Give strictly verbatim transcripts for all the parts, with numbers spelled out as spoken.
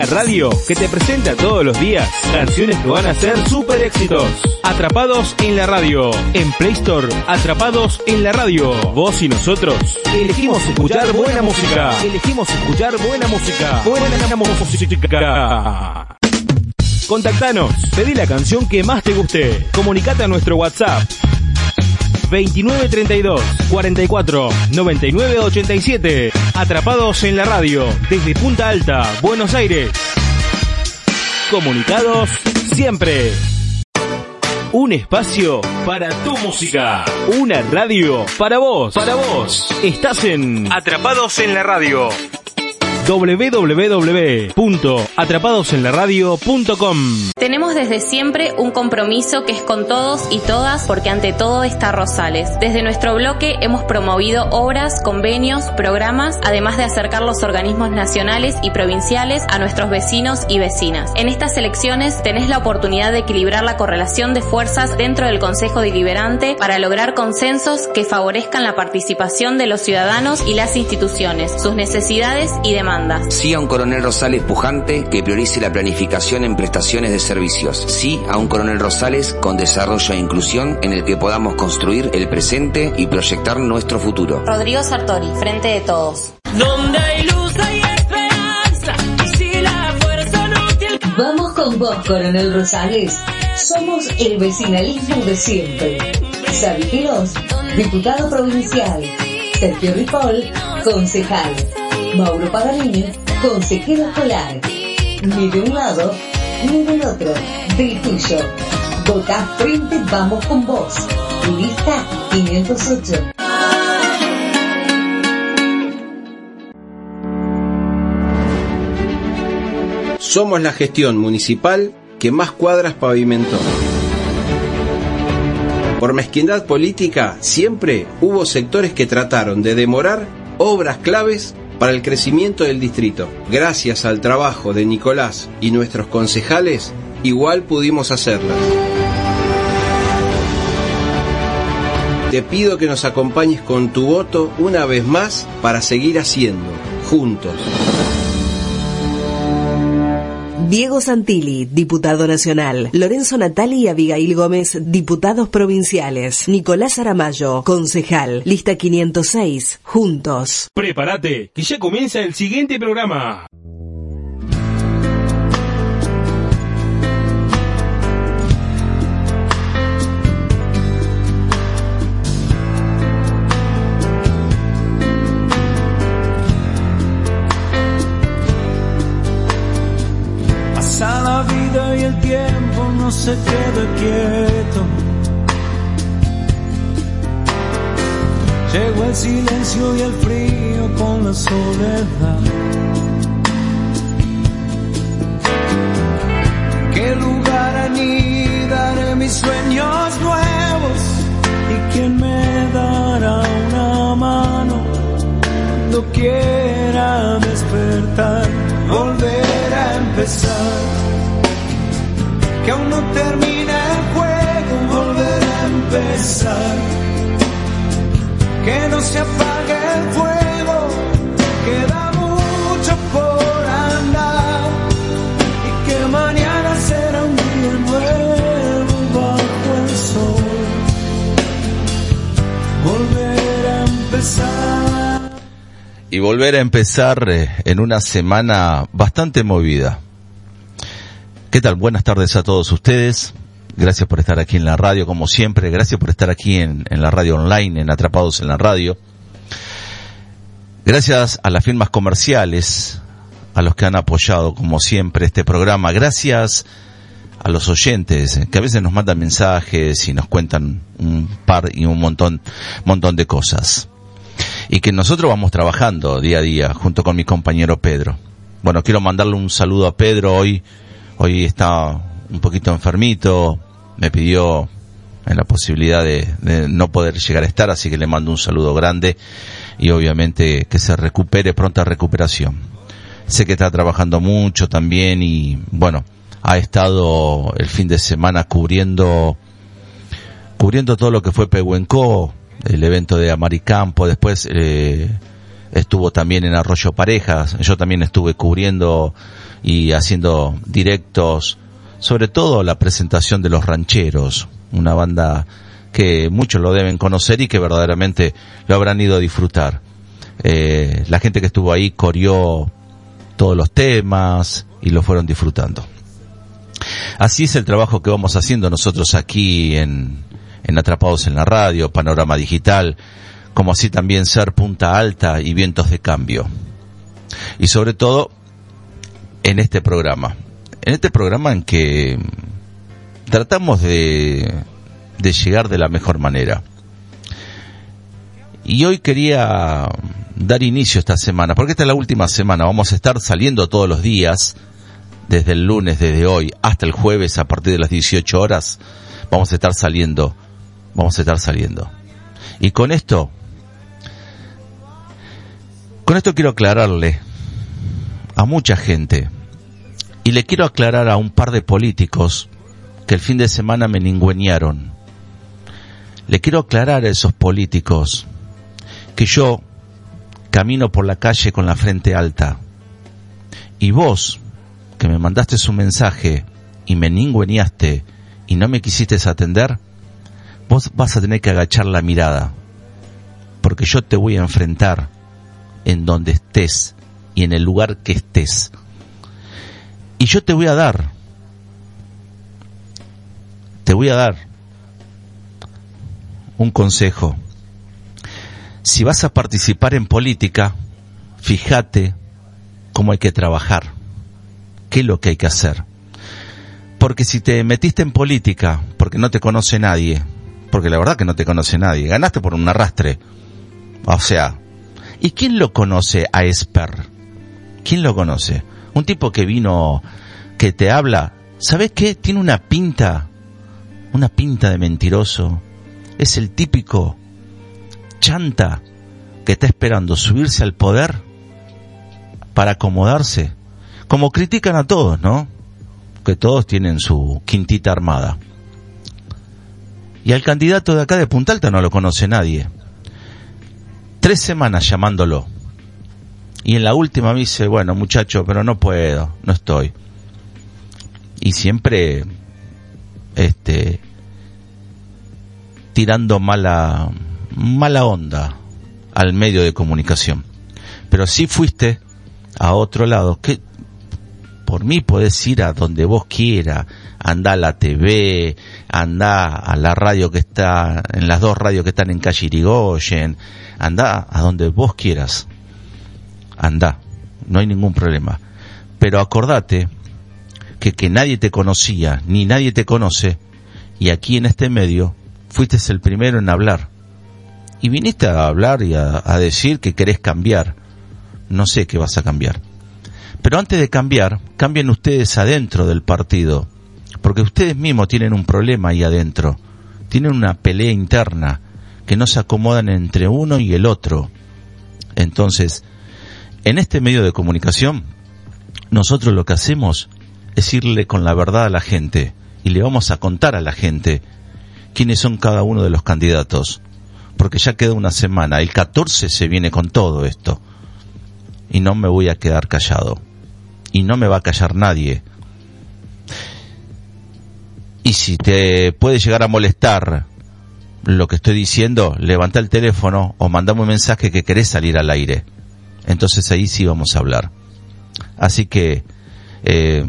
Radio que te presenta todos los días canciones que van a ser super éxitos. Atrapados en la Radio. En Play Store, Atrapados en la Radio. Vos y nosotros elegimos escuchar buena música. Elegimos escuchar buena música. Buena música. Contactanos, pedí la canción que más te guste. Comunicate a nuestro WhatsApp veintinueve treinta y dos, cuarenta y cuatro, noventa y nueve ochenta y siete. Atrapados en la Radio, desde Punta Alta, Buenos Aires. Comunicados siempre. Un espacio para tu música. Una radio para vos. Para vos. Estás en Atrapados en la Radio. doble u doble u doble u punto atrapados en la radio punto com. Tenemos desde siempre un compromiso que es con todos y todas, porque ante todo está Rosales. Desde nuestro bloque hemos promovido obras, convenios, programas, además de acercar los organismos nacionales y provinciales a nuestros vecinos y vecinas. En estas elecciones tenés la oportunidad de equilibrar la correlación de fuerzas dentro del Consejo Deliberante para lograr consensos que favorezcan la participación de los ciudadanos y las instituciones, sus necesidades y demandas. Sí a un coronel Rosales pujante que priorice la planificación en prestaciones de servicios. Sí a un coronel Rosales con desarrollo e inclusión en el que podamos construir el presente y proyectar nuestro futuro. Rodrigo Sartori, Frente de Todos. Donde hay luz hay esperanza, y si la fuerza no te alcanza. Vamos con vos, coronel Rosales. Somos el vecinalismo de siempre. Xavi Quirós, diputado provincial. Sergio Ripoll, concejal. Mauro Paganini, consejero escolar. Ni de un lado, ni del otro, del tuyo. Votá Frente Vamos con Vos. Lista quinientos ocho. Somos la gestión municipal que más cuadras pavimentó. Por mezquindad política, siempre hubo sectores que trataron de demorar obras claves para el crecimiento del distrito. Gracias al trabajo de Nicolás y nuestros concejales, igual pudimos hacerlas. Te pido que nos acompañes con tu voto una vez más para seguir haciendo, juntos. Diego Santilli, diputado nacional. Lorenzo Natali y Abigail Gómez, diputados provinciales. Nicolás Aramayo, concejal. Lista quinientos seis, juntos. Prepárate, que ya comienza el siguiente programa. La vida y el tiempo no se queda quieto. Llegó el silencio y el frío con la soledad. ¿En qué lugar anidaré mis sueños nuevos? ¿Y quién me dará una mano cuando quiera despertar? Volver a empezar. Que aún no termina el juego, volver a empezar. Que no se apague el fuego, queda mucho por andar. Y que mañana será un día nuevo bajo el sol. Volver a empezar. Y volver a empezar en una semana bastante movida. ¿Qué tal? Buenas tardes a todos ustedes. Gracias por estar aquí en la radio, como siempre. Gracias por estar aquí en, en la radio online, en Atrapados en la Radio. Gracias a las firmas comerciales, a los que han apoyado, como siempre, este programa. Gracias a los oyentes, que a veces nos mandan mensajes y nos cuentan un par y un montón, montón de cosas. Y que nosotros vamos trabajando día a día, junto con mi compañero Pedro. Bueno, quiero mandarle un saludo a Pedro hoy. Hoy está un poquito enfermito, me pidió en la posibilidad de, de no poder llegar a estar, así que le mando un saludo grande y obviamente que se recupere, pronta recuperación. Sé que está trabajando mucho también y bueno, ha estado el fin de semana cubriendo cubriendo todo lo que fue Pehuenco, el evento de Amaricampo, después eh, estuvo también en Arroyo Parejas, yo también estuve cubriendo y haciendo directos, sobre todo la presentación de Los Rancheros, una banda que muchos lo deben conocer y que verdaderamente lo habrán ido a disfrutar. Eh, la gente que estuvo ahí coreó todos los temas y lo fueron disfrutando. Así es el trabajo que vamos haciendo nosotros aquí en, en Atrapados en la Radio, Panorama Digital, como así también ser Punta Alta y Vientos de Cambio. Y sobre todo en este programa. En este programa en que tratamos de, de llegar de la mejor manera. Y hoy quería dar inicio esta semana, porque esta es la última semana. Vamos a estar saliendo todos los días, desde el lunes, desde hoy, hasta el jueves, a partir de las dieciocho horas, vamos a estar saliendo, vamos a estar saliendo. Y con esto, con esto quiero aclararle a mucha gente, y le quiero aclarar a un par de políticos que el fin de semana me ningüeñaron. Le quiero aclarar a esos políticos que yo camino por la calle con la frente alta, y vos, que me mandaste un mensaje y me ningüeñaste y no me quisiste atender, vos vas a tener que agachar la mirada, porque yo te voy a enfrentar en donde estés y en el lugar que estés. Y yo te voy a dar, te voy a dar un consejo. Si vas a participar en política, fíjate cómo hay que trabajar, qué es lo que hay que hacer. Porque si te metiste en política porque no te conoce nadie, porque la verdad que no te conoce nadie, ganaste por un arrastre. O sea, ¿y quién lo conoce a Esper? ¿Quién lo conoce? Un tipo que vino, que te habla, ¿sabes qué? Tiene una pinta, una pinta de mentiroso. Es el típico chanta que está esperando subirse al poder para acomodarse. Como critican a todos, ¿no? Que todos tienen su quintita armada. Y al candidato de acá de Punta Alta no lo conoce nadie. Tres semanas llamándolo. Y en la última me dice, bueno, muchacho, pero no puedo, no estoy. Y siempre, este, tirando mala, mala onda al medio de comunicación. Pero si fuiste a otro lado, que por mí podés ir a donde vos quieras, andá a la T V, andá a la radio que está, en las dos radios que están en calle Irigoyen, andá a donde vos quieras, andá, no hay ningún problema. Pero acordate que que nadie te conocía, ni nadie te conoce, y aquí en este medio fuiste el primero en hablar. Y viniste a hablar y a, a decir que querés cambiar. No sé qué vas a cambiar. Pero antes de cambiar, cambien ustedes adentro del partido. Porque ustedes mismos tienen un problema ahí adentro. Tienen una pelea interna que no se acomodan entre uno y el otro. Entonces, en este medio de comunicación, nosotros lo que hacemos es irle con la verdad a la gente. Y le vamos a contar a la gente quiénes son cada uno de los candidatos. Porque ya queda una semana. El catorce se viene con todo esto. Y no me voy a quedar callado. Y no me va a callar nadie. Y si te puede llegar a molestar lo que estoy diciendo, levanta el teléfono o mandame un mensaje que querés salir al aire. Entonces ahí sí vamos a hablar. Así que, eh,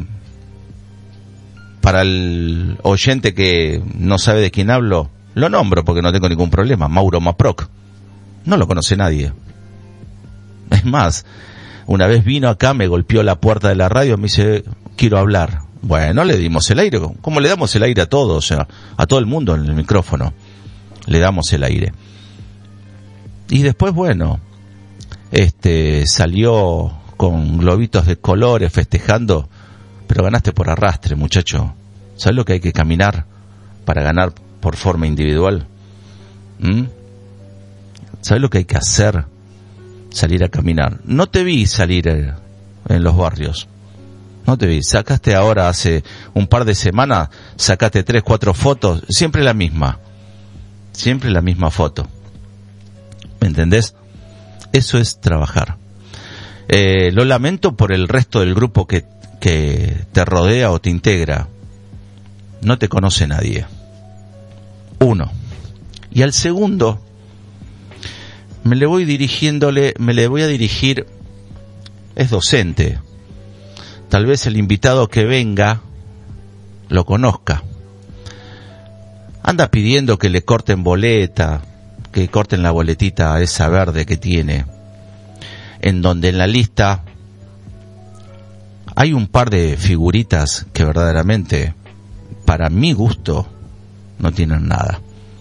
para el oyente que no sabe de quién hablo, lo nombro porque no tengo ningún problema. Mauro Maproc. No lo conoce nadie. Es más, una vez vino acá, me golpeó la puerta de la radio, me dice, quiero hablar. Bueno, le dimos el aire, como le damos el aire a todos, o sea, a todo el mundo en el micrófono. Le damos el aire. Y después, bueno, este, salió con globitos de colores festejando, pero ganaste por arrastre, muchacho. ¿Sabes lo que hay que caminar para ganar por forma individual? ¿Mm? ¿Sabes lo que hay que hacer? Salir a caminar. No te vi salir en los barrios. No te vi. Sacaste ahora hace un par de semanas, sacaste tres, cuatro fotos, siempre la misma. Siempre la misma foto. ¿Me entendés? Eso es trabajar. Eh, lo lamento por el resto del grupo que, que te rodea o te integra. No te conoce nadie. Uno. Y al segundo, me le voy dirigiéndole, me le voy a dirigir, es docente. Tal vez el invitado que venga lo conozca. Anda pidiendo que le corten boleta, que corten la boletita esa verde que tiene, en donde en la lista hay un par de figuritas que verdaderamente, para mi gusto, no tienen nada.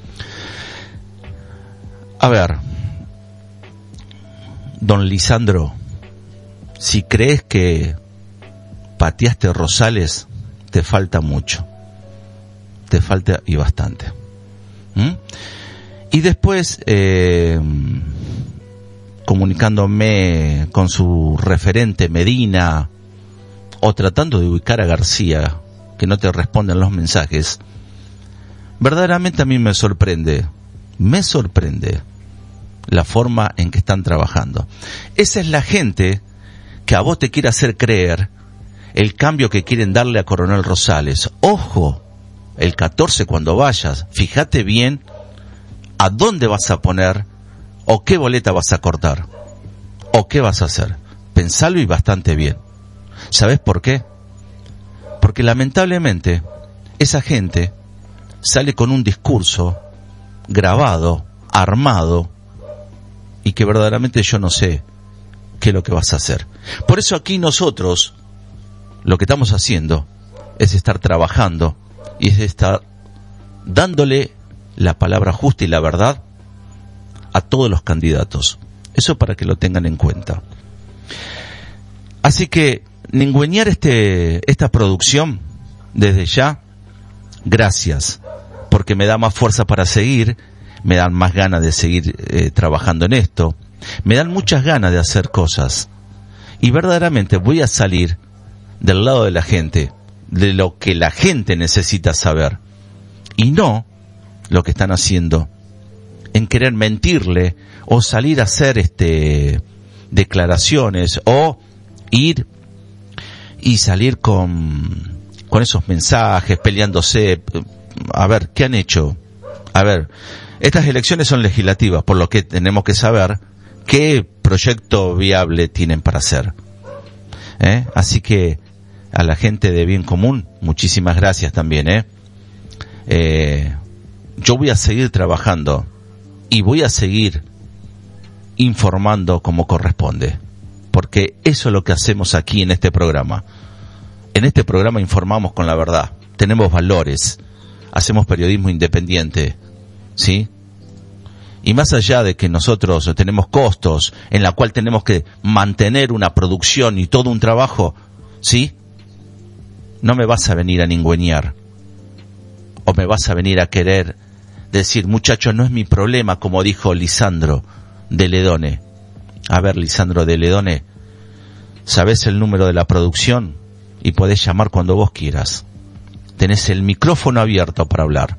A ver, don Lisandro, si crees que pateaste Rosales, te falta mucho. Te falta y bastante. ¿Mm? Y después, eh, comunicándome con su referente Medina, o tratando de ubicar a García, que no te responden los mensajes, verdaderamente a mí me sorprende, me sorprende la forma en que están trabajando. Esa es la gente que a vos te quiere hacer creer el cambio que quieren darle a Coronel Rosales. Ojo, el catorce cuando vayas, fíjate bien a dónde vas a poner, o qué boleta vas a cortar, o qué vas a hacer. Pensalo y bastante bien. ¿Sabés por qué? Porque lamentablemente esa gente sale con un discurso grabado, armado, y que verdaderamente yo no sé qué es lo que vas a hacer. Por eso aquí nosotros lo que estamos haciendo es estar trabajando y es estar dándole la palabra justa y la verdad a todos los candidatos. Eso para que lo tengan en cuenta. Así que ningüeñar este, esta producción desde ya, gracias, porque me da más fuerza para seguir, me dan más ganas de seguir eh, trabajando en esto, me dan muchas ganas de hacer cosas, y verdaderamente voy a salir del lado de la gente, de lo que la gente necesita saber, y no lo que están haciendo en querer mentirle o salir a hacer este declaraciones o ir y salir con con esos mensajes peleándose. A ver, ¿qué han hecho? A ver, estas elecciones son legislativas, por lo que tenemos que saber qué proyecto viable tienen para hacer. ¿Eh? Así que a la gente de Bien Común, muchísimas gracias también. ¿eh? Eh, yo voy a seguir trabajando y voy a seguir informando como corresponde, porque eso es lo que hacemos aquí en este programa. En este programa informamos con la verdad, tenemos valores, hacemos periodismo independiente, ¿sí? Y más allá de que nosotros tenemos costos en la cual tenemos que mantener una producción y todo un trabajo, ¿sí? No me vas a venir a ningüeñar, o me vas a venir a querer decir, muchachos, no es mi problema, como dijo Lisandro de Ledone. A ver, Lisandro de Ledone, ¿sabés el número de la producción? Y podés llamar cuando vos quieras. Tenés el micrófono abierto para hablar.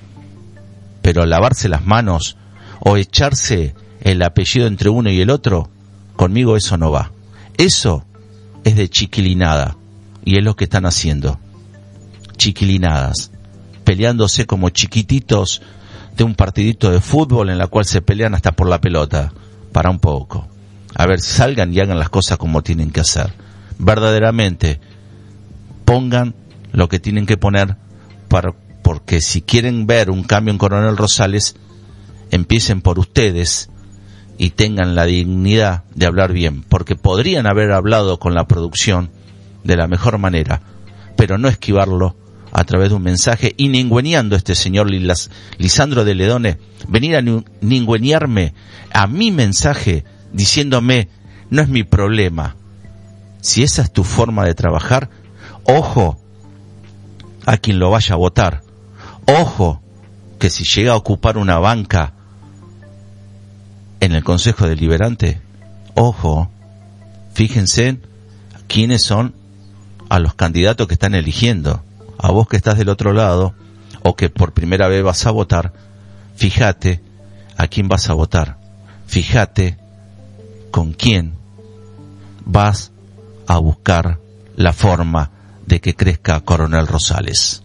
Pero lavarse las manos o echarse el apellido entre uno y el otro, conmigo eso no va. Eso es de chiquilinada. Y es lo que están haciendo. Chiquilinadas. Peleándose como chiquititos de un partidito de fútbol en la cual se pelean hasta por la pelota. Para un poco. A ver, salgan y hagan las cosas como tienen que hacer. Verdaderamente, pongan lo que tienen que poner, para, porque si quieren ver un cambio en Coronel Rosales, empiecen por ustedes y tengan la dignidad de hablar bien, porque podrían haber hablado con la producción de la mejor manera, pero no esquivarlo a través de un mensaje y ningüeñando a este señor Lilas, Lisandro de Ledone, venir a ningüeñarme a mi mensaje diciéndome, no es mi problema. Si esa es tu forma de trabajar, ojo a quien lo vaya a votar. Ojo que si llega a ocupar una banca en el Consejo Deliberante, ojo, fíjense quiénes son a los candidatos que están eligiendo. A vos que estás del otro lado o que por primera vez vas a votar, fíjate a quién vas a votar. Fíjate con quién vas a buscar la forma de que crezca Coronel Rosales.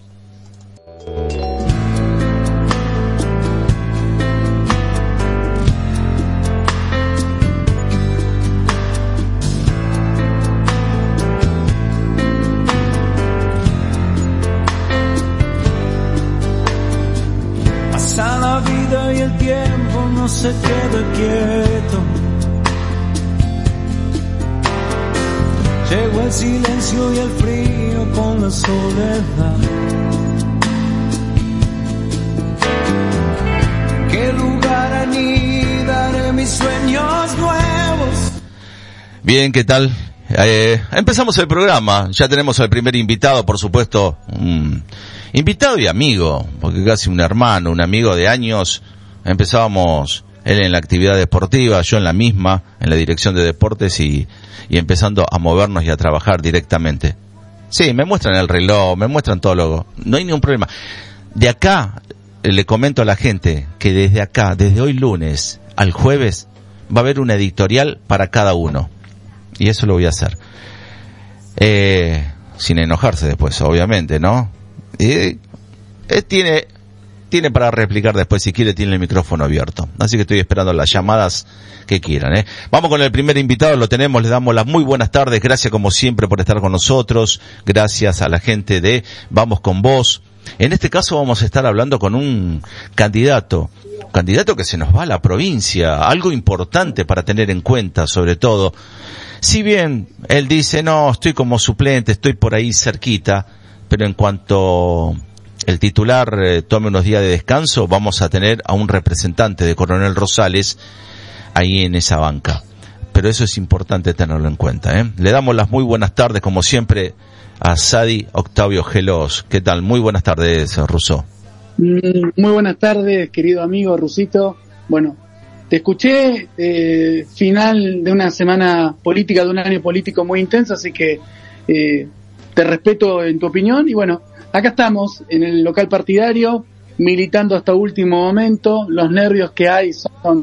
Pasa la vida y el tiempo no se queda quieto. Llegó el silencio y el frío con la soledad. ¿En qué lugar anidaré mis sueños nuevos? Bien, ¿qué tal? Eh, empezamos el programa, ya tenemos al primer invitado, por supuesto, un invitado y amigo, porque casi un hermano, un amigo de años. Empezábamos él en la actividad deportiva, yo en la misma, en la dirección de deportes y, y empezando a movernos y a trabajar directamente. Sí, me muestran el reloj, me muestran todo lo... No hay ningún problema. De acá, le comento a la gente que desde acá, desde hoy lunes al jueves, va a haber una editorial para cada uno. Y eso lo voy a hacer. Eh, sin enojarse después, obviamente, ¿no? Eh, eh, tiene... Tiene para replicar después, si quiere, tiene el micrófono abierto. Así que estoy esperando las llamadas que quieran, ¿eh? Vamos con el primer invitado, lo tenemos, le damos las muy buenas tardes. Gracias como siempre por estar con nosotros. Gracias a la gente de Vamos con Vos. En este caso vamos a estar hablando con un candidato, candidato que se nos va a la provincia, algo importante para tener en cuenta, sobre todo. Si bien él dice, no, estoy como suplente, estoy por ahí cerquita, pero en cuanto el titular eh, tome unos días de descanso, vamos a tener a un representante de Coronel Rosales ahí en esa banca. Pero eso es importante tenerlo en cuenta, ¿eh? Le damos las muy buenas tardes, como siempre, a Sadi Octavio Gelos. ¿Qué tal? Muy buenas tardes, Russo. Muy buenas tardes, querido amigo Rusito. Bueno, te escuché, eh, final de una semana política, de un año político muy intenso, así que eh, te respeto en tu opinión y bueno, acá estamos en el local partidario, militando hasta último momento. Los nervios que hay son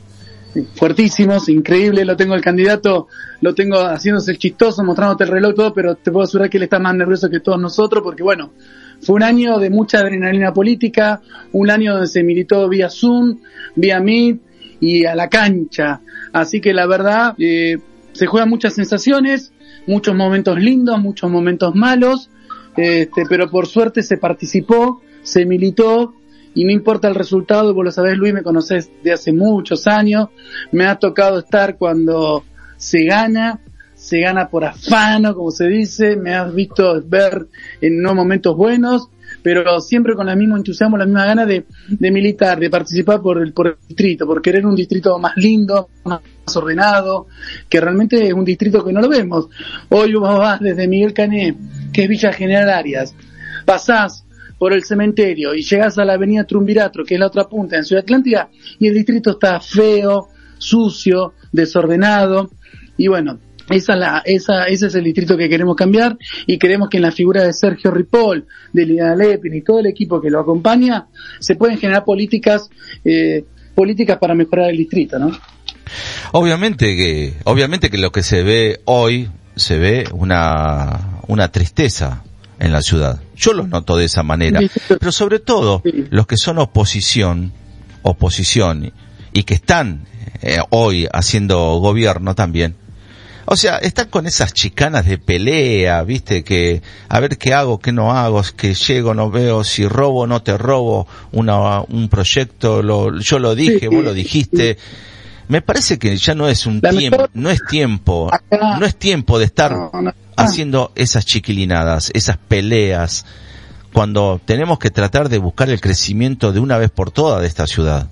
fuertísimos, increíble. Lo tengo el candidato, lo tengo haciéndose el chistoso, mostrándote el reloj y todo, pero te puedo asegurar que él está más nervioso que todos nosotros, porque bueno, fue un año de mucha adrenalina política, un año donde se militó vía Zoom, vía Meet y a la cancha. Así que la verdad, eh, se juegan muchas sensaciones, muchos momentos lindos, muchos momentos malos. Este, pero por suerte se participó, se militó y no importa el resultado. Vos lo sabés, Luis, me conocés de hace muchos años, me ha tocado estar cuando se gana, se gana por afano, como se dice, me has visto ver en no momentos buenos, pero siempre con el mismo entusiasmo, la misma gana de, de militar, de participar por el, por el distrito, por querer un distrito más lindo, más ordenado, que realmente es un distrito que no lo vemos. Hoy vos vas desde Miguel Cané, que es Villa General Arias, pasás por el cementerio y llegás a la avenida Trumbiratro, que es la otra punta en Ciudad Atlántida, y el distrito está feo, sucio, desordenado, y bueno, esa es la, esa, ese es el distrito que queremos cambiar, y queremos que en la figura de Sergio Ripoll, de Liliana Lepin y todo el equipo que lo acompaña, se pueden generar políticas, eh, políticas para mejorar el distrito, ¿no? Obviamente que, obviamente que lo que se ve hoy, se ve una, una tristeza en la ciudad. Yo lo noto de esa manera. Pero sobre todo, los que son oposición, oposición, y que están eh, hoy haciendo gobierno también, o sea, están con esas chicanas de pelea, viste, que a ver qué hago, qué no hago, que llego, no veo, si robo, no te robo, una, un proyecto, lo, yo lo dije, sí, vos lo dijiste. Sí. Me parece que ya no es un tiempo, no es tiempo, acá, no es tiempo de estar no, no, no. haciendo esas chiquilinadas, esas peleas, cuando tenemos que tratar de buscar el crecimiento de una vez por todas de esta ciudad.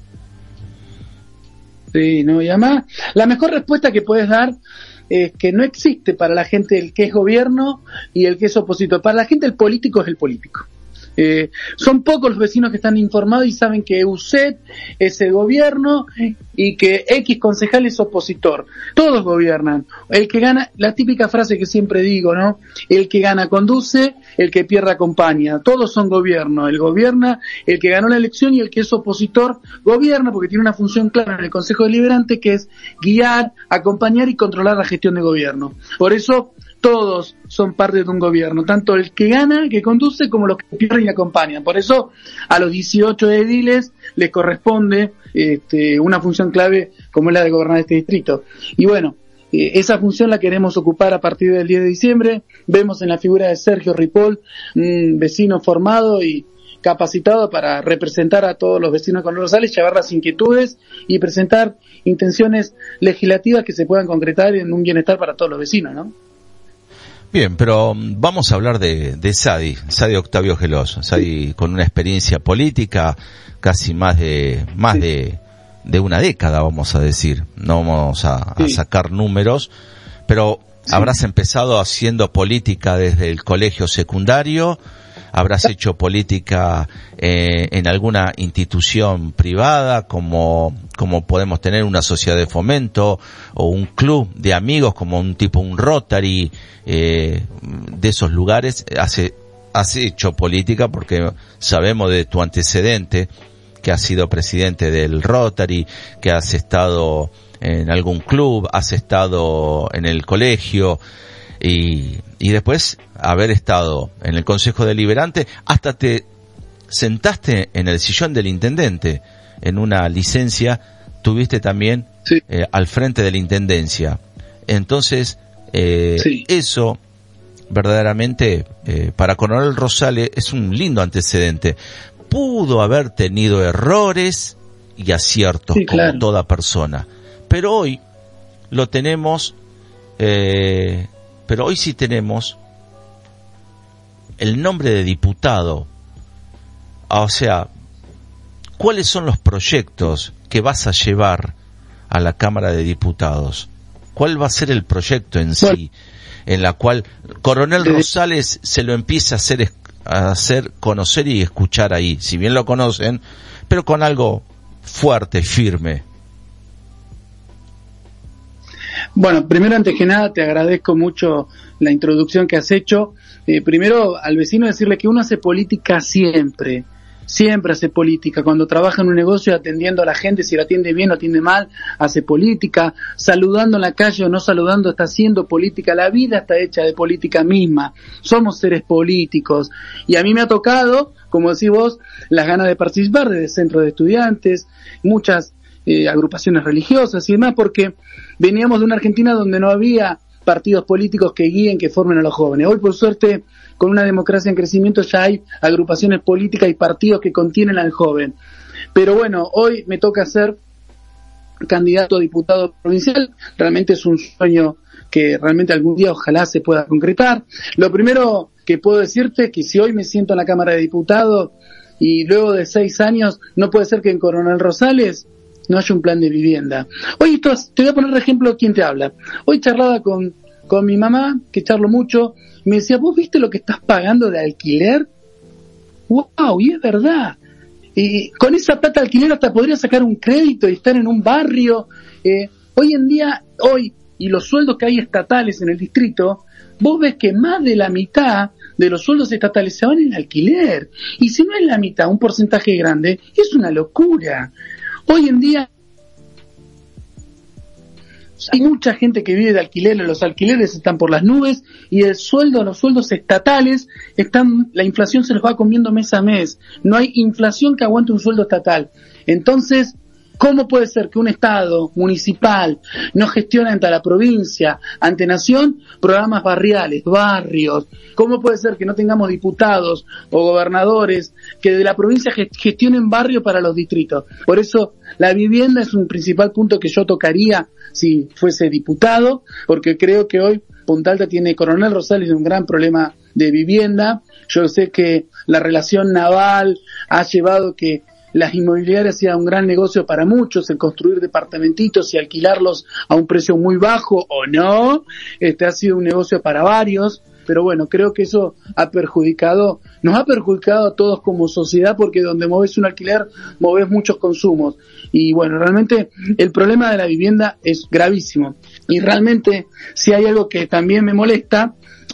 Sí, no, y además, la mejor respuesta que puedes dar es que no existe para la gente el que es gobierno y el que es opositor. Para la gente el político es el político. Eh, son pocos los vecinos que están informados y saben que U C E T es el gobierno y que X concejal es opositor. Todos gobiernan. El que gana, la típica frase que siempre digo, ¿no? El que gana conduce, el que pierde acompaña. Todos son gobierno. El gobierna, el que ganó la elección, y el que es opositor gobierna, porque tiene una función clara en el Consejo Deliberante, que es guiar, acompañar y controlar la gestión de gobierno. Por eso todos son parte de un gobierno, tanto el que gana, que conduce, como los que pierden y acompañan. Por eso a los dieciocho ediles les corresponde este, una función clave como es la de gobernar este distrito. Y bueno, eh, esa función la queremos ocupar a partir del diez de diciembre. Vemos en la figura de Sergio Ripoll un vecino formado y capacitado para representar a todos los vecinos de Coronel Rosales, llevar las inquietudes y presentar intenciones legislativas que se puedan concretar en un bienestar para todos los vecinos, ¿no? Bien, pero vamos a hablar de, de Sadi, Sadi Octavio Gelos, Sadi con una experiencia política casi más de, más sí. de, de una década, vamos a decir. No vamos a, sí. a sacar números, pero sí. habrás empezado haciendo política desde el colegio secundario, habrás hecho política eh, en alguna institución privada, como como podemos tener una sociedad de fomento o un club de amigos, como un tipo un Rotary, eh, de esos lugares. Hace, has hecho política porque sabemos de tu antecedente, que has sido presidente del Rotary, que has estado en algún club, has estado en el colegio, y, y después haber estado en el Consejo Deliberante, hasta te sentaste en el sillón del intendente, en una licencia, tuviste también sí. eh, al frente de la intendencia. Entonces, eh, sí. eso verdaderamente eh, para Coronel Rosales es un lindo antecedente. Pudo haber tenido errores y aciertos, sí, como claro. toda persona, pero hoy lo tenemos, eh, pero hoy sí tenemos el nombre de diputado. O sea, ¿cuáles son los proyectos que vas a llevar a la Cámara de Diputados? ¿Cuál va a ser el proyecto en sí, en la cual Coronel Rosales se lo empieza a hacer, a hacer conocer y escuchar ahí? Si bien lo conocen, pero con algo fuerte, firme. Bueno, primero, antes que nada, te agradezco mucho la introducción que has hecho. Eh, primero, al vecino decirle que uno hace política siempre. Siempre hace política. Cuando trabaja en un negocio atendiendo a la gente, si la atiende bien o atiende mal, hace política. Saludando en la calle o no saludando, está haciendo política. La vida está hecha de política misma. Somos seres políticos. Y a mí me ha tocado, como decís vos, las ganas de participar desde centros de estudiantes, muchas eh, agrupaciones religiosas y demás, porque veníamos de una Argentina donde no había partidos políticos que guíen, que formen a los jóvenes. Hoy, por suerte, con una democracia en crecimiento, ya hay agrupaciones políticas y partidos que contienen al joven. Pero bueno, hoy me toca ser candidato a diputado provincial. Realmente es un sueño que realmente algún día ojalá se pueda concretar. Lo primero que puedo decirte es que si hoy me siento en la Cámara de Diputados y luego de seis años, no puede ser que en Coronel Rosales no haya un plan de vivienda. Hoy esto, te voy a poner de ejemplo quién te habla. Hoy charlaba con, con mi mamá, que charlo mucho, y me decía, ¿vos viste lo que estás pagando de alquiler? ¡Wow! Y es verdad. Y con esa plata de alquiler hasta podría sacar un crédito y estar en un barrio. Eh, hoy en día, hoy, y los sueldos que hay estatales en el distrito, vos ves que más de la mitad de los sueldos estatales se van en alquiler. Y si no es la mitad, un porcentaje grande, es una locura. Hoy en día hay mucha gente que vive de alquileres, los alquileres están por las nubes y el sueldo, los sueldos estatales están, la inflación se los va comiendo mes a mes. No hay inflación que aguante un sueldo estatal. Entonces, ¿cómo puede ser que un Estado municipal no gestione ante la provincia, ante nación, programas barriales, barrios? ¿Cómo puede ser que no tengamos diputados o gobernadores que de la provincia gestionen barrios para los distritos? Por eso la vivienda es un principal punto que yo tocaría si fuese diputado, porque creo que hoy Punta Alta tiene, Coronel Rosales, un gran problema de vivienda. Yo sé que la relación naval ha llevado que las inmobiliarias sea un gran negocio para muchos, el construir departamentitos y alquilarlos a un precio muy bajo o no, este ha sido un negocio para varios, pero bueno, creo que eso ha perjudicado, nos ha perjudicado a todos como sociedad, porque donde moves un alquiler, moves muchos consumos. Y bueno, realmente el problema de la vivienda es gravísimo. Y realmente, si hay algo que también me molesta,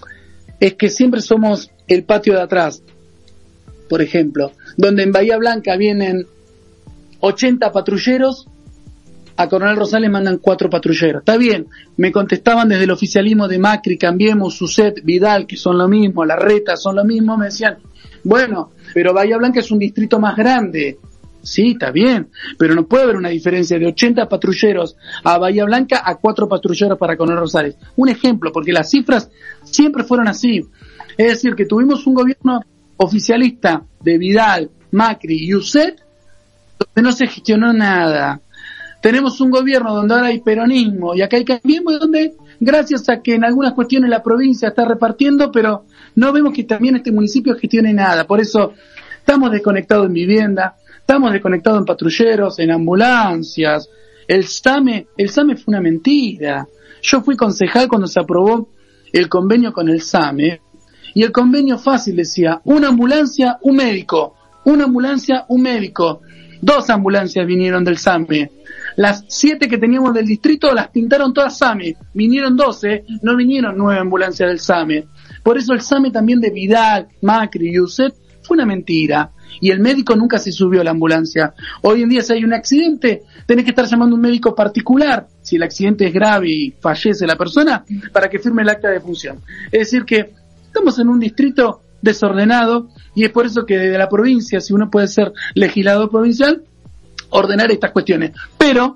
es que siempre somos el patio de atrás. Por ejemplo, donde en Bahía Blanca vienen ochenta patrulleros, a Coronel Rosales mandan cuatro patrulleros. Está bien, me contestaban desde el oficialismo de Macri, Cambiemos, Suset, Vidal, que son lo mismo, Larreta son lo mismo, me decían, bueno, pero Bahía Blanca es un distrito más grande. Sí, está bien, pero no puede haber una diferencia de ochenta patrulleros a Bahía Blanca a cuatro patrulleros para Coronel Rosales. Un ejemplo, porque las cifras siempre fueron así. Es decir, que tuvimos un gobierno oficialista de Vidal, Macri y Uset, donde no se gestionó nada. Tenemos un gobierno donde ahora hay peronismo y acá hay Cambiemos, donde gracias a que en algunas cuestiones la provincia está repartiendo, pero no vemos que también este municipio gestione nada. Por eso estamos desconectados en vivienda, estamos desconectados en patrulleros, en ambulancias. El SAME, el SAME fue una mentira. Yo fui concejal cuando se aprobó el convenio con el SAME, y el convenio fácil decía, una ambulancia, un médico, una ambulancia, un médico. Dos ambulancias vinieron del SAME. Las siete que teníamos del distrito las pintaron todas SAME. Vinieron doce, no vinieron nueve ambulancias del SAME. Por eso el SAME también de Vidal, Macri y Uset fue una mentira. Y el médico nunca se subió a la ambulancia. Hoy en día, si hay un accidente, tenés que estar llamando a un médico particular, si el accidente es grave y fallece la persona, para que firme el acta de función. Es decir que estamos en un distrito desordenado, y es por eso que desde la provincia, si uno puede ser legislador provincial, ordenar estas cuestiones. Pero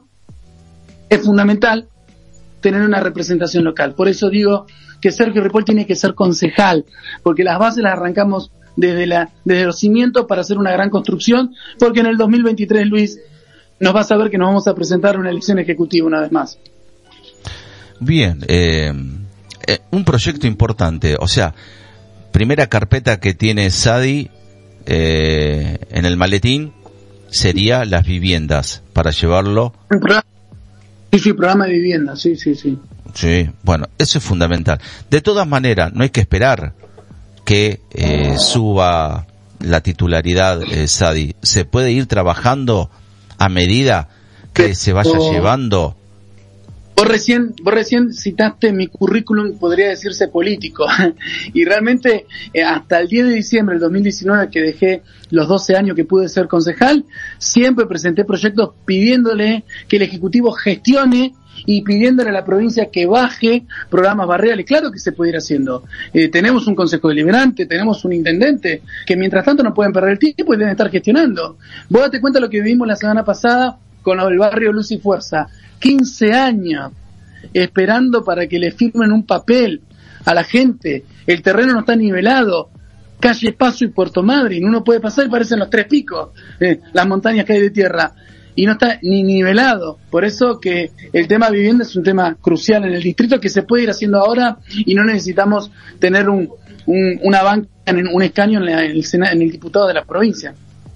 es fundamental tener una representación local. Por eso digo que Sergio Ripoll tiene que ser concejal, porque las bases las arrancamos desde la desde los cimientos para hacer una gran construcción, porque en el dos mil veintitrés, Luis, nos vas a ver que nos vamos a presentar a una elección ejecutiva una vez más. Bien, eh, eh, un proyecto importante, o sea, primera carpeta que tiene Sadi eh, en el maletín sería las viviendas, para llevarlo. Sí, sí, programa de vivienda, sí, sí, sí. Sí, bueno, eso es fundamental. De todas maneras, no hay que esperar que eh, suba la titularidad, eh, Sadi. Se puede ir trabajando a medida que se vaya oh. llevando. Vos recién, vos recién citaste mi currículum, podría decirse político, y realmente eh, hasta el diez de diciembre del dos mil diecinueve, que dejé los doce años que pude ser concejal, siempre presenté proyectos pidiéndole que el Ejecutivo gestione y pidiéndole a la provincia que baje programas barriales. Claro que se puede ir haciendo. Eh, tenemos un consejo deliberante, tenemos un intendente, que mientras tanto no pueden perder el tiempo y deben estar gestionando. Vos date cuenta lo que vivimos la semana pasada con el barrio Luz y Fuerza. quince años esperando para que le firmen un papel a la gente. El terreno no está nivelado. Calle Paso y Puerto Madryn, uno puede pasar y parecen los Tres Picos, eh, las montañas que hay de tierra, y no está ni nivelado. Por eso que el tema vivienda es un tema crucial en el distrito, que se puede ir haciendo ahora y no necesitamos tener un, un una banca, en un escaño en, la, en, el Senado, en el diputado de la provincia.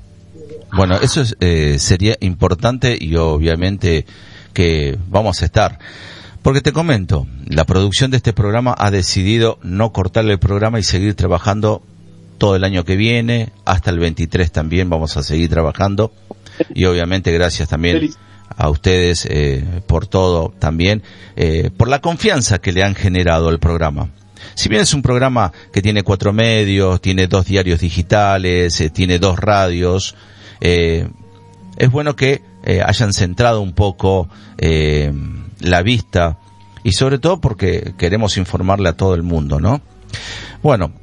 Bueno, eso es, eh, sería importante, y obviamente que vamos a estar. Porque te comento, la producción de este programa ha decidido no cortarle el programa y seguir trabajando todo el año que viene, hasta el veintitrés también vamos a seguir trabajando, y obviamente gracias también a ustedes eh, por todo también, eh, por la confianza que le han generado al programa. Si bien es un programa que tiene cuatro medios, tiene dos diarios digitales, eh, tiene dos radios, eh, es bueno que eh, hayan centrado un poco eh, la vista, y sobre todo porque queremos informarle a todo el mundo, ¿no? Bueno,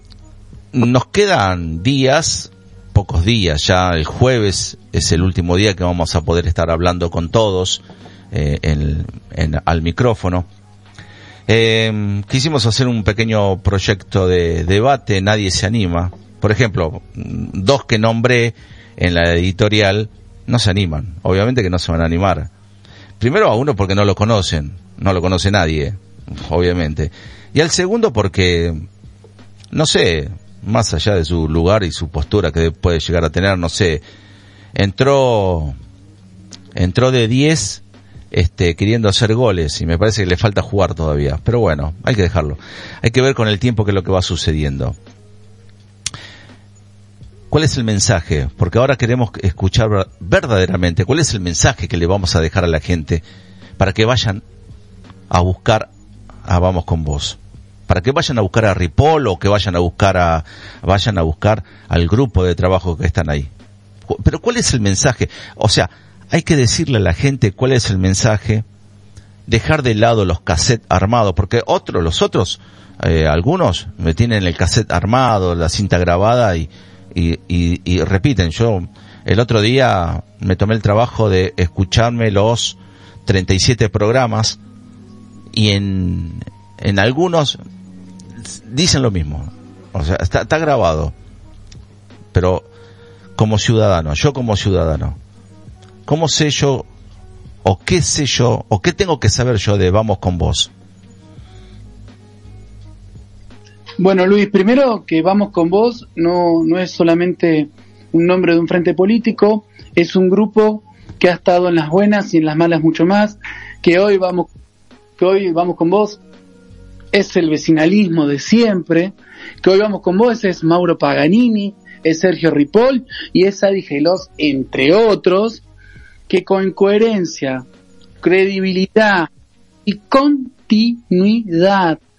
nos quedan días, pocos días, ya el jueves es el último día que vamos a poder estar hablando con todos eh, en, en, al micrófono. Eh, quisimos hacer un pequeño proyecto de debate, nadie se anima. Por ejemplo, dos que nombré en la editorial no se animan, obviamente que no se van a animar. Primero a uno porque no lo conocen, no lo conoce nadie, obviamente. Y al segundo porque, no sé, más allá de su lugar y su postura que puede llegar a tener, no sé, entró, entró de diez este, queriendo hacer goles y me parece que le falta jugar todavía. Pero bueno, hay que dejarlo. Hay que ver con el tiempo qué es lo que va sucediendo. ¿Cuál es el mensaje? Porque ahora queremos escuchar verdaderamente cuál es el mensaje que le vamos a dejar a la gente para que vayan a buscar a Vamos con Vos. Para que vayan a buscar a Ripoll o que vayan a buscar a, vayan a buscar al grupo de trabajo que están ahí. Pero ¿cuál es el mensaje? O sea, hay que decirle a la gente cuál es el mensaje, dejar de lado los cassettes armados, porque otros, los otros, eh, algunos me tienen el cassette armado, la cinta grabada y, y, y, y repiten. Yo el otro día me tomé el trabajo de escucharme los treinta y siete programas y en, en algunos dicen lo mismo. O sea, está, está grabado. Pero como ciudadano, yo como ciudadano, ¿cómo sé yo, o qué sé yo, o qué tengo que saber yo de Vamos con Vos? Bueno, Luis, primero que Vamos con Vos no, no es solamente un nombre de un frente político, es un grupo que ha estado en las buenas y en las malas mucho más, que hoy vamos, que hoy Vamos con Vos es el vecinalismo de siempre, que hoy Vamos con Vos es Mauro Paganini, es Sergio Ripoll y es Adi Gelos, entre otros, que con coherencia, credibilidad y continuidad,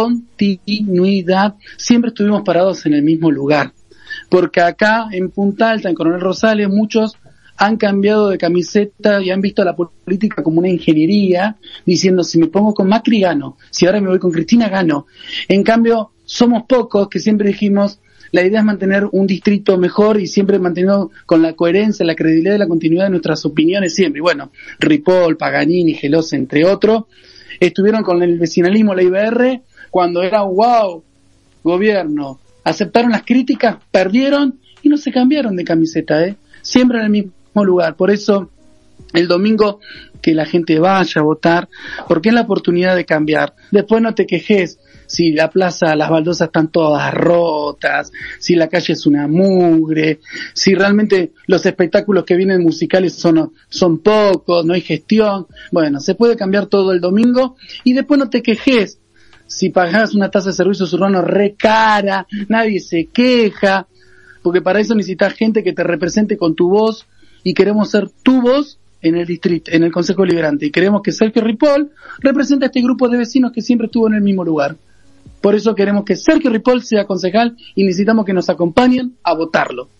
continuidad, siempre estuvimos parados en el mismo lugar. Porque acá, en Punta Alta, en Coronel Rosales, muchos han cambiado de camiseta y han visto a la política como una ingeniería, diciendo, si me pongo con Macri gano, si ahora me voy con Cristina gano. En cambio, somos pocos que siempre dijimos, la idea es mantener un distrito mejor y siempre manteniendo con la coherencia, la credibilidad y la continuidad de nuestras opiniones siempre. Y bueno, Ripoll, Paganini, Gelos, entre otros, estuvieron con el vecinalismo, la I B R, cuando era wow, gobierno. Aceptaron las críticas, perdieron y no se cambiaron de camiseta, ¿eh? Siempre en el mismo lugar. Por eso, el domingo, que la gente vaya a votar, porque es la oportunidad de cambiar. Después no te quejes si la plaza, las baldosas están todas rotas, si la calle es una mugre, si realmente los espectáculos que vienen musicales son, son pocos, no hay gestión. Bueno, se puede cambiar todo el domingo y después no te quejes si pagás una tasa de servicios urbanos re cara, nadie se queja, porque para eso necesitas gente que te represente con tu voz y queremos ser tu voz en el distrito, en el Consejo Deliberante, y queremos que Sergio Ripoll represente a este grupo de vecinos que siempre estuvo en el mismo lugar. Por eso queremos que Sergio Ripoll sea concejal y necesitamos que nos acompañen a votarlo.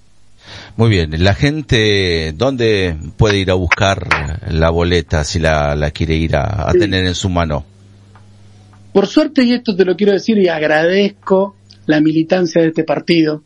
Muy bien, la gente, ¿dónde puede ir a buscar la boleta si la, la quiere ir a, a sí. tener en su mano? Por suerte, y esto te lo quiero decir y agradezco la militancia de este partido,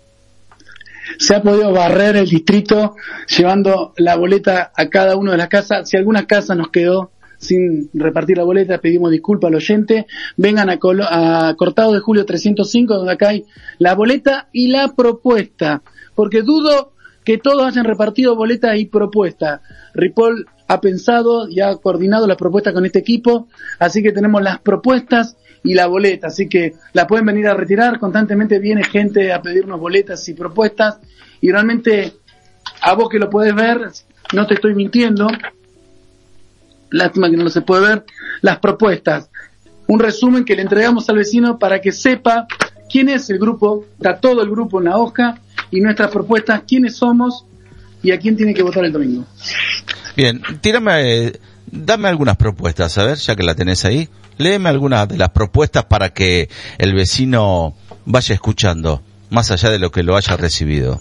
se ha podido barrer el distrito llevando la boleta a cada una de las casas. Si alguna casa nos quedó sin repartir la boleta, pedimos disculpas al oyente. Vengan a, Colo- a Cortado de Julio trescientos cinco, donde acá hay la boleta y la propuesta, porque dudo que todos hayan repartido boleta y propuesta. Ripoll ha pensado y ha coordinado las propuestas con este equipo, así que tenemos las propuestas y la boleta, así que la pueden venir a retirar. Constantemente viene gente a pedirnos boletas y propuestas, y realmente a vos que lo podés ver, no te estoy mintiendo, lástima que no lo se puede ver, las propuestas, un resumen que le entregamos al vecino para que sepa quién es el grupo, está todo el grupo en la hoja, y nuestras propuestas, quiénes somos y a quién tiene que votar el domingo. Bien, tírame, eh, dame algunas propuestas, a ver, ya que la tenés ahí, léeme algunas de las propuestas para que el vecino vaya escuchando, más allá de lo que lo haya recibido.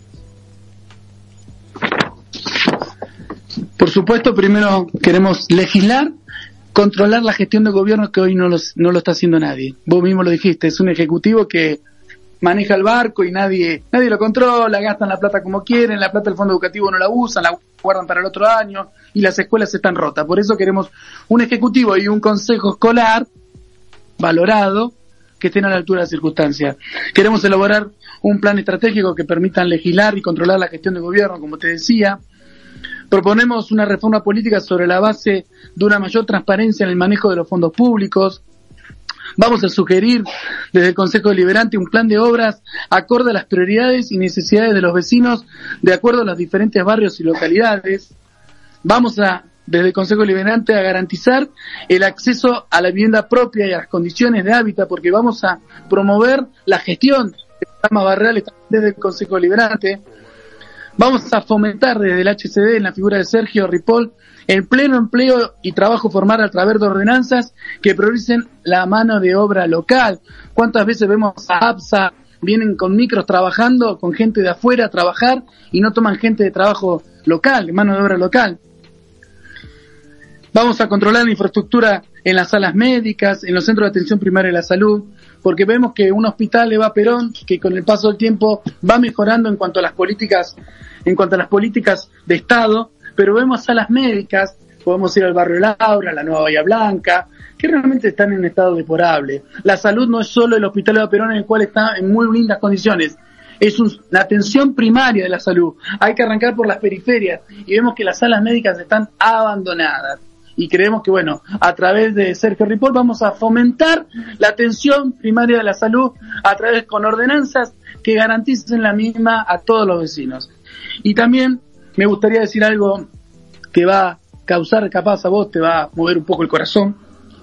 Por supuesto, primero queremos legislar, controlar la gestión de gobierno, que hoy no, los, no lo está haciendo nadie. Vos mismo lo dijiste, es un ejecutivo que maneja el barco y nadie nadie lo controla, gastan la plata como quieren, la plata del fondo educativo no la usan, la guardan para el otro año y las escuelas están rotas. Por eso queremos un ejecutivo y un consejo escolar valorado que estén a la altura de las circunstancias. Queremos elaborar un plan estratégico que permitan legislar y controlar la gestión de gobierno, como te decía. Proponemos una reforma política sobre la base de una mayor transparencia en el manejo de los fondos públicos. Vamos a sugerir desde el Consejo Deliberante un plan de obras acorde a las prioridades y necesidades de los vecinos de acuerdo a los diferentes barrios y localidades. Vamos a desde el Consejo Deliberante a garantizar el acceso a la vivienda propia y a las condiciones de hábitat, porque vamos a promover la gestión de programas barriales desde el Consejo Deliberante. Vamos a fomentar desde el H C D, en la figura de Sergio Ripoll, el pleno empleo y trabajo formal a través de ordenanzas que prioricen la mano de obra local. ¿Cuántas veces vemos a APSA, vienen con micros trabajando, con gente de afuera a trabajar y no toman gente de trabajo local, de mano de obra local? Vamos a controlar la infraestructura en las salas médicas, en los centros de atención primaria de la salud, porque vemos que un hospital Eva Perón, que con el paso del tiempo va mejorando en cuanto a las políticas, en cuanto a las políticas de Estado, pero vemos salas médicas, podemos ir al barrio Laura, a la Nueva Bahía Blanca, que realmente están en estado deplorable. La salud no es solo el hospital Eva Perón, en el cual está en muy lindas condiciones, es un, la atención primaria de la salud. Hay que arrancar por las periferias y vemos que las salas médicas están abandonadas. Y creemos que, bueno, a través de Sergio Ripoll vamos a fomentar la atención primaria de la salud a través con ordenanzas que garanticen la misma a todos los vecinos. Y también me gustaría decir algo que va a causar, capaz a vos te va a mover un poco el corazón.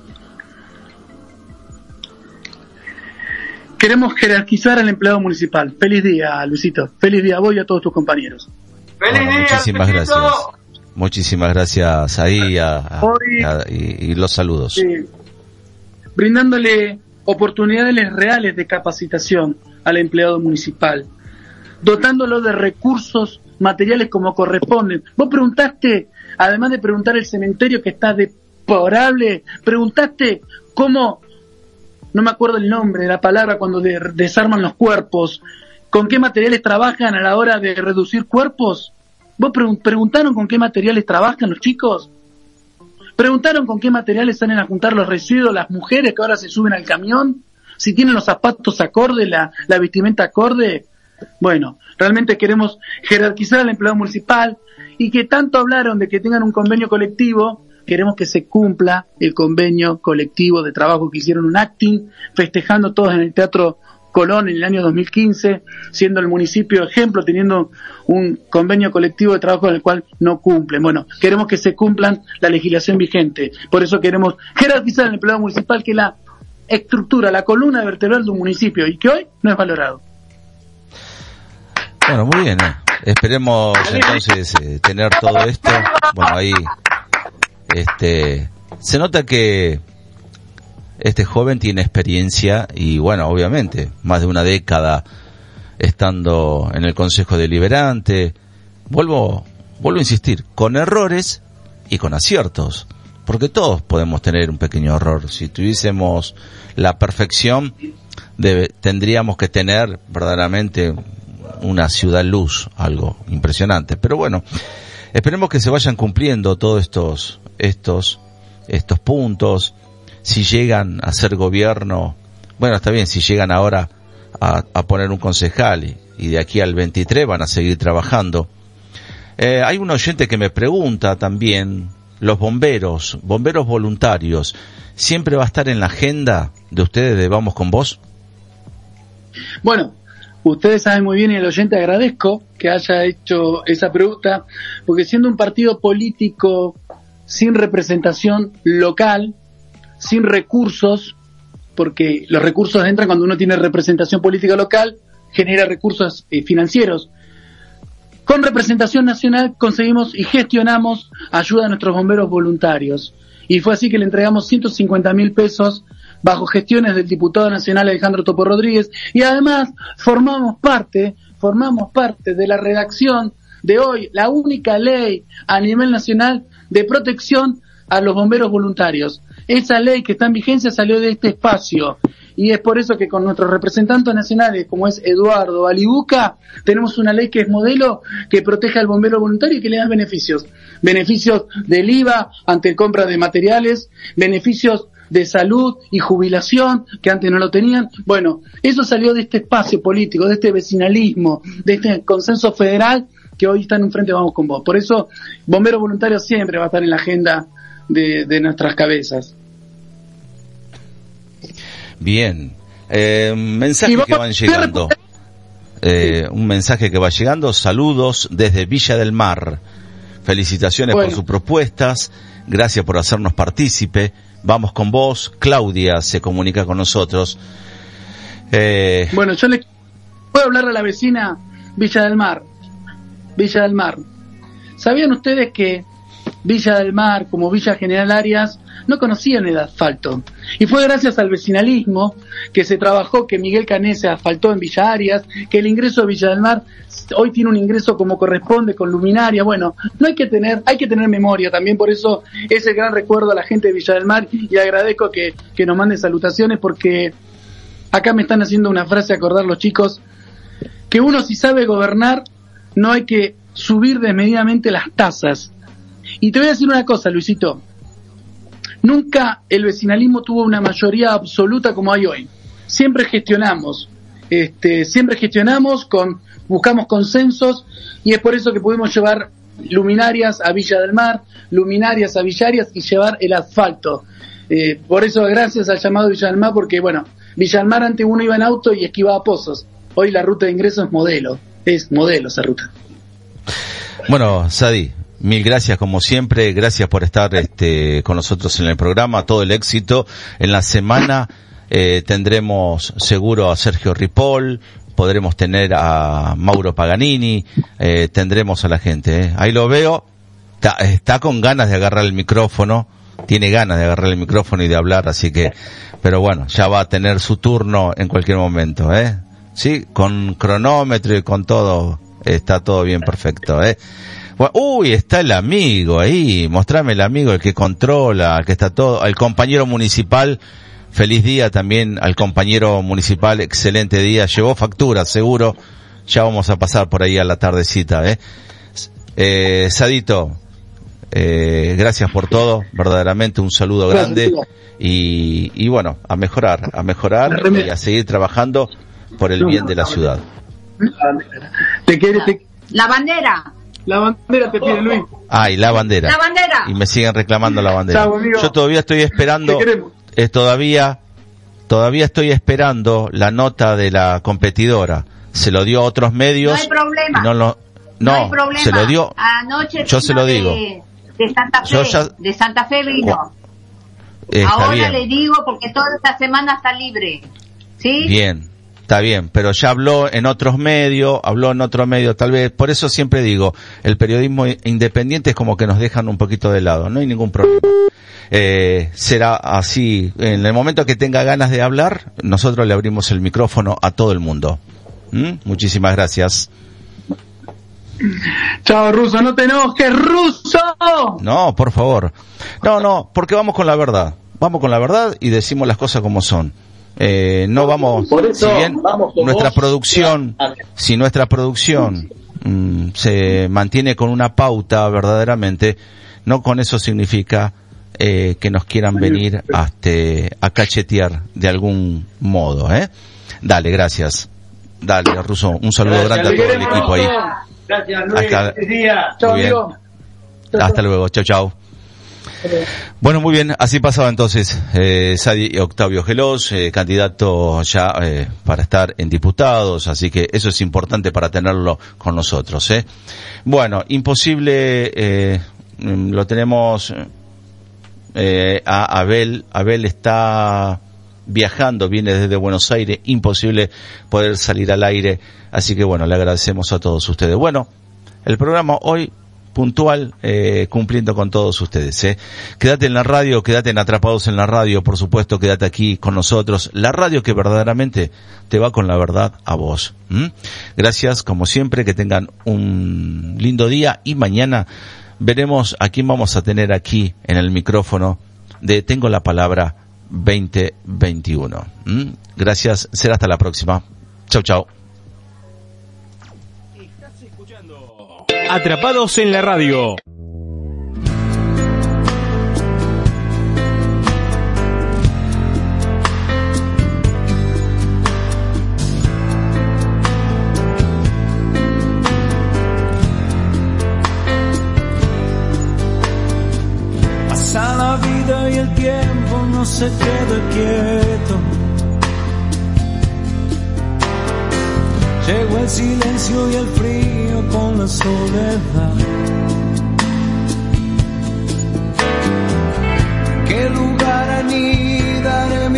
Queremos jerarquizar al empleado municipal. Feliz día, Luisito. Feliz día a vos y a todos tus compañeros. Feliz bueno, día, muchísimas Luisito. Gracias. Muchísimas gracias ahí a, a, a, y, y los saludos. Sí. Brindándole oportunidades reales de capacitación al empleado municipal, dotándolo de recursos materiales como corresponden. Vos preguntaste, además de preguntar el cementerio que está deplorable, preguntaste cómo, no me acuerdo el nombre de la palabra cuando de, desarman los cuerpos, con qué materiales trabajan a la hora de reducir cuerpos. ¿Vos preguntaron con qué materiales trabajan los chicos? ¿Preguntaron con qué materiales salen a juntar los residuos las mujeres que ahora se suben al camión? ¿Si tienen los zapatos acorde, la, la vestimenta acorde? Bueno, realmente queremos jerarquizar al empleado municipal y que tanto hablaron de que tengan un convenio colectivo, queremos que se cumpla el convenio colectivo de trabajo que hicieron un acting, festejando todos en el Teatro Colón en el año dos mil quince, siendo el municipio ejemplo, teniendo un convenio colectivo de trabajo en el cual no cumplen. Bueno, queremos que se cumplan la legislación vigente, por eso queremos jerarquizar al empleado municipal, que es la estructura, la columna vertebral de un municipio y que hoy no es valorado. Bueno, muy bien, ¿eh? Esperemos entonces eh, tener todo esto. Bueno, ahí este se nota que este joven tiene experiencia y, bueno, obviamente, más de una década estando en el Consejo Deliberante. Vuelvo, vuelvo a insistir, con errores y con aciertos, porque todos podemos tener un pequeño error. Si tuviésemos la perfección, debe, tendríamos que tener verdaderamente una ciudad luz, algo impresionante. Pero bueno, esperemos que se vayan cumpliendo todos estos, estos, estos puntos. Si llegan a ser gobierno, bueno, está bien, si llegan ahora a, a poner un concejal y, y de aquí al veintitrés van a seguir trabajando. Eh, hay un oyente que me pregunta también, los bomberos, bomberos voluntarios, ¿siempre va a estar en la agenda de ustedes de Vamos con Vos? Bueno, ustedes saben muy bien y el oyente agradezco que haya hecho esa pregunta, porque siendo un partido político sin representación local, sin recursos, porque los recursos entran cuando uno tiene representación política local, genera recursos eh, financieros. Con representación nacional conseguimos y gestionamos ayuda a nuestros bomberos voluntarios. Y fue así que le entregamos ciento cincuenta mil pesos bajo gestiones del diputado nacional Alejandro Topo Rodríguez. Y además formamos parte, formamos parte de la redacción de hoy, la única ley a nivel nacional de protección a los bomberos voluntarios. Esa ley que está en vigencia salió de este espacio y es por eso que con nuestros representantes nacionales, como es Eduardo Alibuca, tenemos una ley que es modelo, que protege al bombero voluntario y que le da beneficios. Beneficios del I V A ante compra de materiales, beneficios de salud y jubilación que antes no lo tenían. Bueno, eso salió de este espacio político, de este vecinalismo, de este consenso federal que hoy está en un frente Vamos con Vos. Por eso, bombero voluntario siempre va a estar en la agenda De, de nuestras cabezas. Bien, eh, mensajes que van llegando, eh, un mensaje que va llegando, saludos desde Villa del Mar. Felicitaciones Bueno. por sus propuestas. Gracias por hacernos partícipe. Vamos con vos. Claudia se comunica con nosotros. Eh, Bueno, yo le puedo hablar a la vecina Villa del Mar. Villa del Mar. ¿Sabían ustedes que Villa del Mar, como Villa General Arias, no conocían el asfalto? Y fue gracias al vecinalismo que se trabajó, que Miguel Cané se asfaltó en Villa Arias, que el ingreso de Villa del Mar hoy tiene un ingreso como corresponde, con luminaria. Bueno, no hay que tener, hay que tener memoria también, por eso es el gran recuerdo a la gente de Villa del Mar, y agradezco que, que nos manden salutaciones, porque acá me están haciendo una frase acordar los chicos, que uno si sabe gobernar, no hay que subir desmedidamente las tasas. Y te voy a decir una cosa, Luisito. Nunca el vecinalismo tuvo una mayoría absoluta como hay hoy. Siempre gestionamos, este, siempre gestionamos, con, buscamos consensos, y es por eso que pudimos llevar luminarias a Villa del Mar, luminarias a Villa Arias y llevar el asfalto. Eh, por eso, gracias al llamado Villa del Mar, porque bueno, Villa del Mar antes uno iba en auto y esquivaba pozos. Hoy la ruta de ingreso es modelo, es modelo esa ruta. Bueno, Sadi, mil gracias como siempre, gracias por estar este, con nosotros en el programa, todo el éxito. En la semana eh, tendremos seguro a Sergio Ripoll, podremos tener a Mauro Paganini, eh, tendremos a la gente, ¿eh? Ahí lo veo, está, está con ganas de agarrar el micrófono, tiene ganas de agarrar el micrófono y de hablar, así que, pero bueno, ya va a tener su turno en cualquier momento, ¿eh? Sí, con cronómetro y con todo. Está todo bien, perfecto, ¿eh? Bueno, uy, está el amigo ahí, mostrame el amigo, el que controla, el que está todo, el compañero municipal, feliz día también al compañero municipal, excelente día, llevó factura, seguro, ya vamos a pasar por ahí a la tardecita, ¿eh? Eh, Sadito, eh, gracias por todo, verdaderamente un saludo grande, y, y bueno, a mejorar, a mejorar y a seguir trabajando por el bien de la ciudad. Te quiere, te... La bandera. La bandera te pide, Luis. Ay, la bandera. La bandera. Y me siguen reclamando la bandera. Chau, amigo. Yo todavía estoy esperando, eh, todavía, todavía estoy esperando la nota de la competidora. Se lo dio a otros medios. No hay problema. No, lo, no, no hay problema. se lo dio. Anoche yo se lo de, digo. De Santa Fe. Ya, de Santa Fe vino. Eh, Ahora bien. le digo porque toda esta semana está libre. ¿Sí? Bien. Está bien, pero ya habló en otros medios, habló en otro medio, tal vez, por eso siempre digo, el periodismo independiente es como que nos dejan un poquito de lado, no hay ningún problema. Eh, será así, en el momento que tenga ganas de hablar, nosotros le abrimos el micrófono a todo el mundo. ¿Mm? Muchísimas gracias. Chao, Ruso, no te enojes, Ruso. No, por favor. No, no, porque vamos con la verdad, vamos con la verdad y decimos las cosas como son. Eh, no vamos, eso, si bien vamos nuestra vos, producción, ya. si nuestra producción mm, se mantiene con una pauta verdaderamente, no con eso significa eh, que nos quieran venir hasta a cachetear de algún modo, ¿eh? Dale, gracias. Dale, Ruso, un saludo Gracias, grande a todo el queremos. equipo ahí. Gracias, Luis. Hasta, Feliz día. muy bien. Hasta luego, chau, chau. Bueno, muy bien, así pasaba entonces eh, Sadi Octavio Gelos, eh, candidato ya eh, para estar en diputados, así que eso es importante para tenerlo con nosotros, ¿eh? Bueno, imposible, eh, lo tenemos eh, a Abel, Abel está viajando, viene desde Buenos Aires, imposible poder salir al aire, así que bueno, le agradecemos a todos ustedes. Bueno, el programa hoy puntual, eh, cumpliendo con todos ustedes, eh. Quédate en la radio, quédate en Atrapados en la Radio, por supuesto, quédate aquí con nosotros, la radio que verdaderamente te va con la verdad a vos. ¿Mm? Gracias, como siempre, que tengan un lindo día y mañana veremos a quién vamos a tener aquí en el micrófono de Tengo la Palabra veinte veintiuno. ¿Mm? Gracias, será hasta la próxima. Chau, chau. Atrapados en la radio. Pasa la vida y el tiempo no se queda quieto. Llegó el silencio y el frío con la soledad.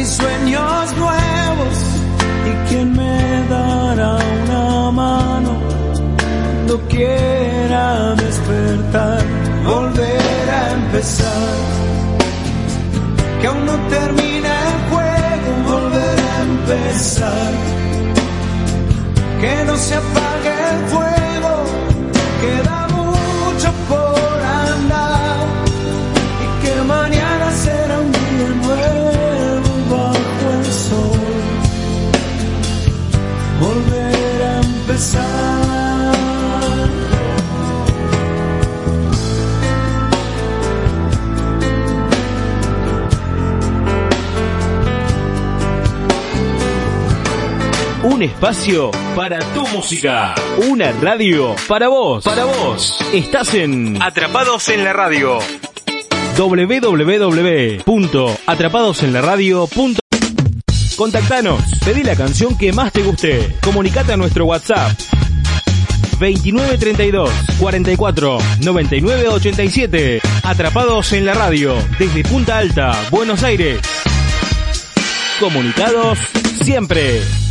mis sueños nuevos. ¿Y quién me dará una mano cuando quiera despertar, volver a empezar? Que aún no termina el juego, volver a empezar. Que no se apague el fuego, queda mucho por andar. Y que mañana será un día nuevo bajo el sol. Volver a empezar. Un espacio para tu música. Una radio para vos. Para vos. Estás en Atrapados en la Radio. doble u doble u doble u punto atrapados en la radio punto com. Contactanos. Pedí la canción que más te guste. Comunicate a nuestro WhatsApp. veintinueve treinta y dos, cuarenta y cuatro, noventa y nueve ochenta y siete. Atrapados en la Radio. Desde Punta Alta, Buenos Aires. Comunicados siempre.